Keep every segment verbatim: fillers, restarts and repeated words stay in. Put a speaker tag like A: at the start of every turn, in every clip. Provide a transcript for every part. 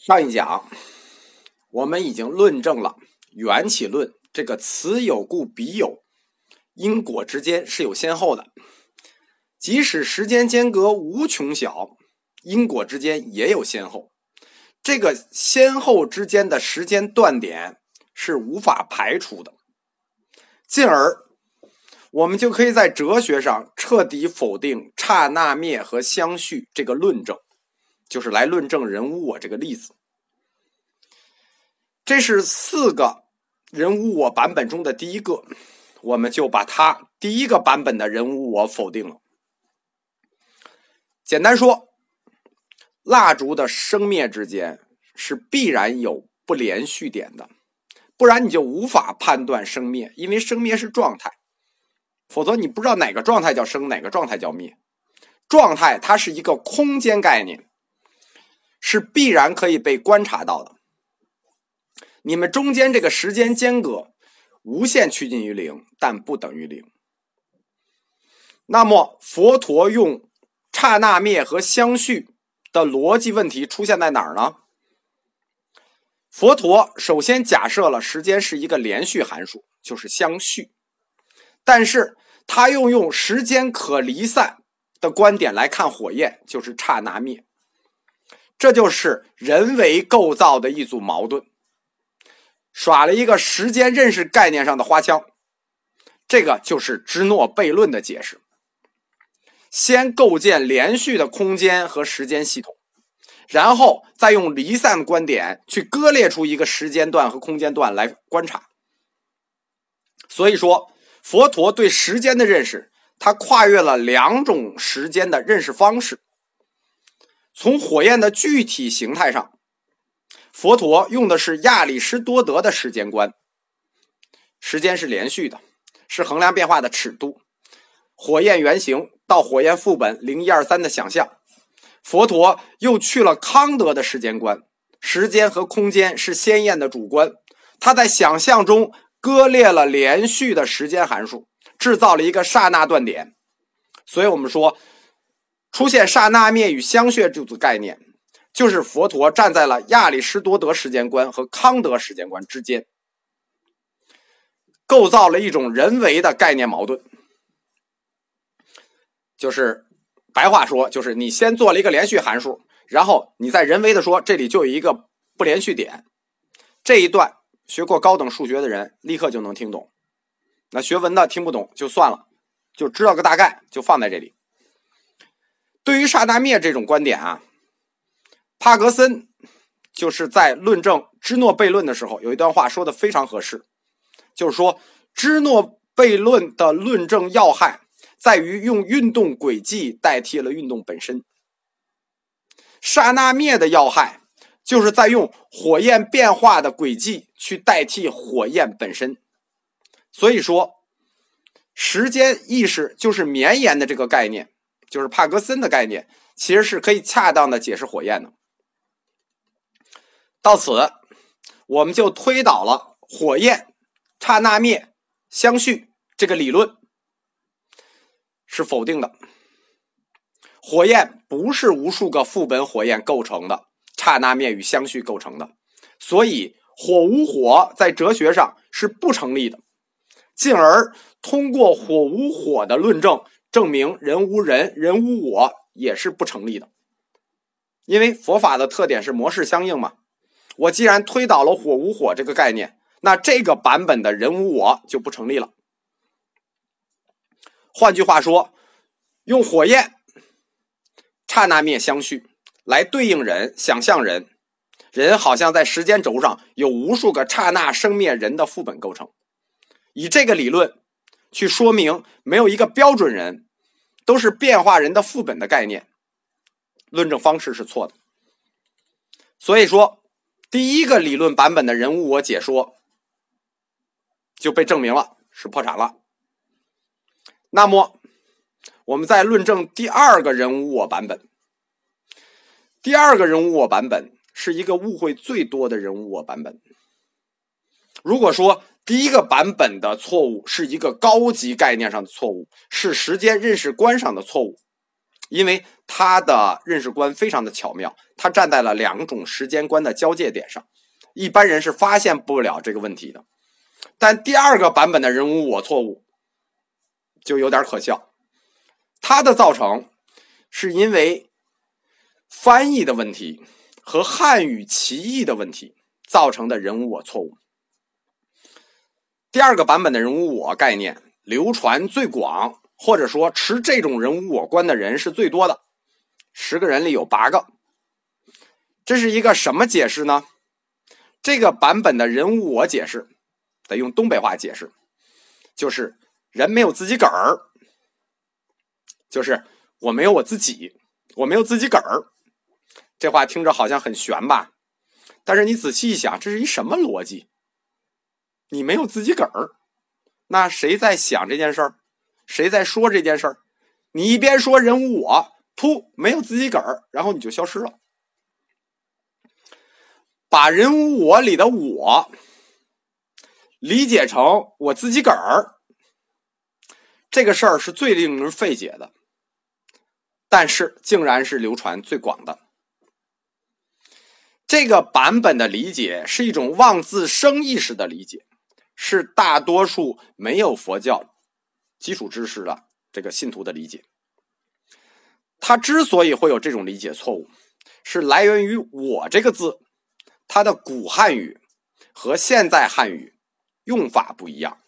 A: 上一讲我们已经论证了缘起论这个此有故彼有，因果之间是有先后的，即使时间间隔无穷小，因果之间也有先后，这个先后之间的时间断点是无法排除的，进而我们就可以在哲学上彻底否定刹那灭和相续这个论证，就是来论证人无我这个例子。这是四个人无我版本中的第一个，我们就把它第一个版本的人无我否定了。简单说，蜡烛的生灭之间是必然有不连续点的，不然你就无法判断生灭，因为生灭是状态，否则你不知道哪个状态叫生，哪个状态叫灭。状态它是一个空间概念，是必然可以被观察到的。你们中间这个时间间隔无限趋近于零，但不等于零。那么佛陀用刹那灭和相续的逻辑问题出现在哪儿呢？佛陀首先假设了时间是一个连续函数，就是相续，但是他又用时间可离散的观点来看火焰，就是刹那灭。这就是人为构造的一组矛盾，耍了一个时间认识概念上的花枪，这个就是芝诺悖论的解释。先构建连续的空间和时间系统，然后再用离散的观点去割裂出一个时间段和空间段来观察。所以说，佛陀对时间的认识，他跨越了两种时间的认识方式。从火焰的具体形态上，佛陀用的是亚里士多德的时间观，时间是连续的，是衡量变化的尺度，火焰原型到火焰副本零一二三的想象。佛陀又去了康德的时间观，时间和空间是鲜艳的主观，他在想象中割裂了连续的时间函数，制造了一个刹那断点。所以我们说，出现刹那灭与相续这组概念，就是佛陀站在了亚里士多德时间观和康德时间观之间，构造了一种人为的概念矛盾。就是白话说，就是你先做了一个连续函数，然后你再人为的说这里就有一个不连续点。这一段学过高等数学的人立刻就能听懂，那学文的听不懂就算了，就知道个大概，就放在这里。对于刹那灭这种观点啊，帕格森就是在论证芝诺悖论的时候有一段话说的非常合适，就是说芝诺悖论的论证要害在于用运动轨迹代替了运动本身，刹那灭的要害就是在用火焰变化的轨迹去代替火焰本身。所以说时间意识就是绵延的这个概念，就是帕格森的概念，其实是可以恰当的解释火焰的。到此我们就推导了火焰刹那灭相续这个理论是否定的。火焰不是无数个副本火焰构成的，刹那灭与相续构成的，所以火无火在哲学上是不成立的，进而通过火无火的论证证明人无人人无我也是不成立的。因为佛法的特点是模式相应嘛，我既然推导了火无火这个概念，那这个版本的人无我就不成立了。换句话说，用火焰刹那灭相续来对应人，想象人，人好像在时间轴上有无数个刹那生灭人的副本构成，以这个理论去说明没有一个标准人，都是变化人的副本的概念，论证方式是错的。所以说第一个理论版本的人无我解说就被证明了是破产了。那么我们再论证第二个人无我版本。第二个人无我版本是一个误会最多的人无我版本。如果说第一个版本的错误是一个高级概念上的错误，是时间认识观上的错误， 因为他的认识观非常的巧妙，他站在了两种时间观的交界点上，一般人是发现不了这个问题的。但第二个版本的人无我错误就有点可笑，它的造成是因为翻译的问题和汉语歧义的问题造成的人无我错误。第二个版本的人无我概念流传最广，或者说持这种人无我观的人是最多的，十个人里有八个。这是一个什么解释呢？这个版本的人无我解释得用东北话解释，就是人没有自己个儿，就是我没有我自己，我没有自己个儿。这话听着好像很玄吧，但是你仔细一想，这是一什么逻辑？你没有自己个儿，那谁在想这件事儿？谁在说这件事儿？你一边说人无我，噗，没有自己个儿，然后你就消失了。把人无我里的我理解成我自己个儿，这个事儿是最令人费解的，但是竟然是流传最广的。这个版本的理解是一种妄自生意识的理解，是大多数没有佛教基础知识的这个信徒的理解。他之所以会有这种理解错误，是来源于我这个字，它的古汉语和现在汉语用法不一样。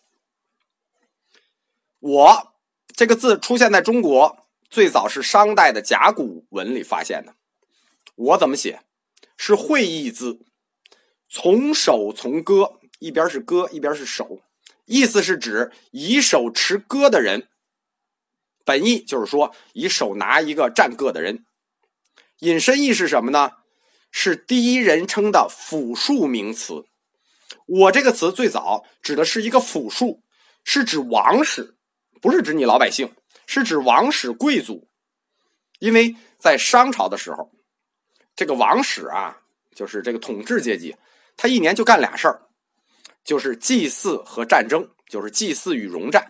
A: 我这个字出现在中国，最早是商代的甲骨文里发现的。我怎么写？是会意字，从手从歌，一边是歌一边是手，意思是指以手持歌的人，本意就是说以手拿一个战歌的人。引申义是什么呢？是第一人称的复数名词。我这个词最早指的是一个复数，是指王室，不是指你老百姓，是指王室贵族。因为在商朝的时候，这个王室啊，就是这个统治阶级，他一年就干俩事儿，就是祭祀和战争，就是祭祀与戎战。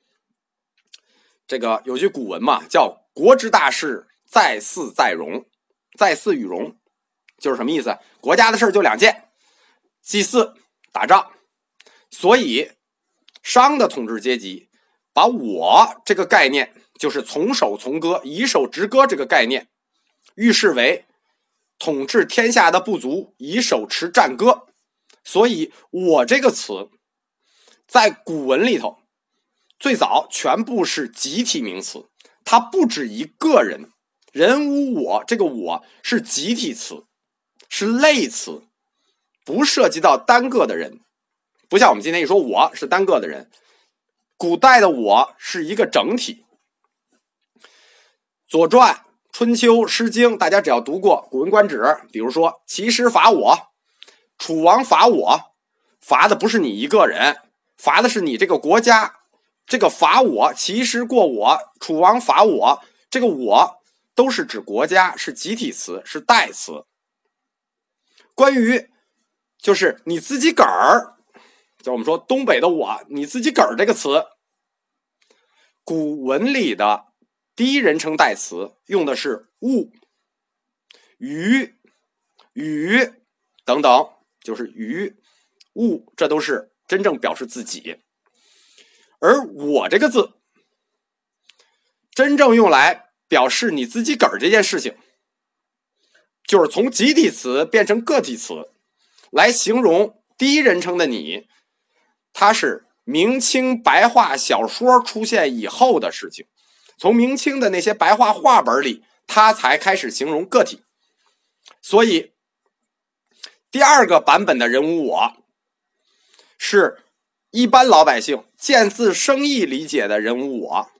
A: 这个有句古文嘛，叫国之大事，在祀在戎，在祀与戎，就是什么意思？国家的事儿就两件，祭祀、打仗。所以商的统治阶级把我这个概念，就是从手从歌，以手执歌这个概念，预示为统治天下的部族以手持战歌。所以我这个词在古文里头最早全部是集体名词，它不止一个人。人无我，这个我是集体词，是类词，不涉及到单个的人。不像我们今天一说我是单个的人，古代的我是一个整体。左传、春秋、诗经，大家只要读过《古文观止》，比如说齐师伐我，楚王伐我，伐的不是你一个人，伐的是你这个国家。这个伐我，齐师过我，楚王伐我，这个我都是指国家，是集体词，是代词。关于就是你自己个儿，就我们说东北的我，你自己个儿这个词，古文里的第一人称代词用的是物、于、与等等，就是于、物，这都是真正表示自己。而我这个字真正用来表示你自己个儿这件事情，就是从集体词变成个体词，来形容第一人称的你，它是明清白话小说出现以后的事情。从明清的那些白话话本里，它才开始形容个体。所以第二个版本的人无我是一般老百姓见字生义理解的人无我。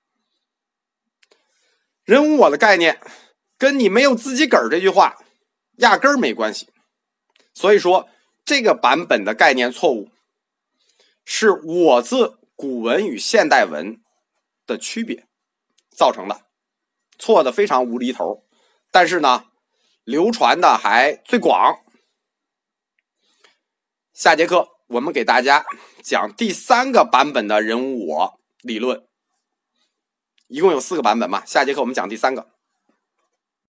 A: 人无我的概念跟你没有自己个儿这句话压根儿没关系。所以说这个版本的概念错误是我字古文与现代文的区别造成的，错的非常无厘头，但是呢流传的还最广。下节课我们给大家讲第三个版本的人无我理论， 一共有四个版本嘛，下节课我们讲第三个。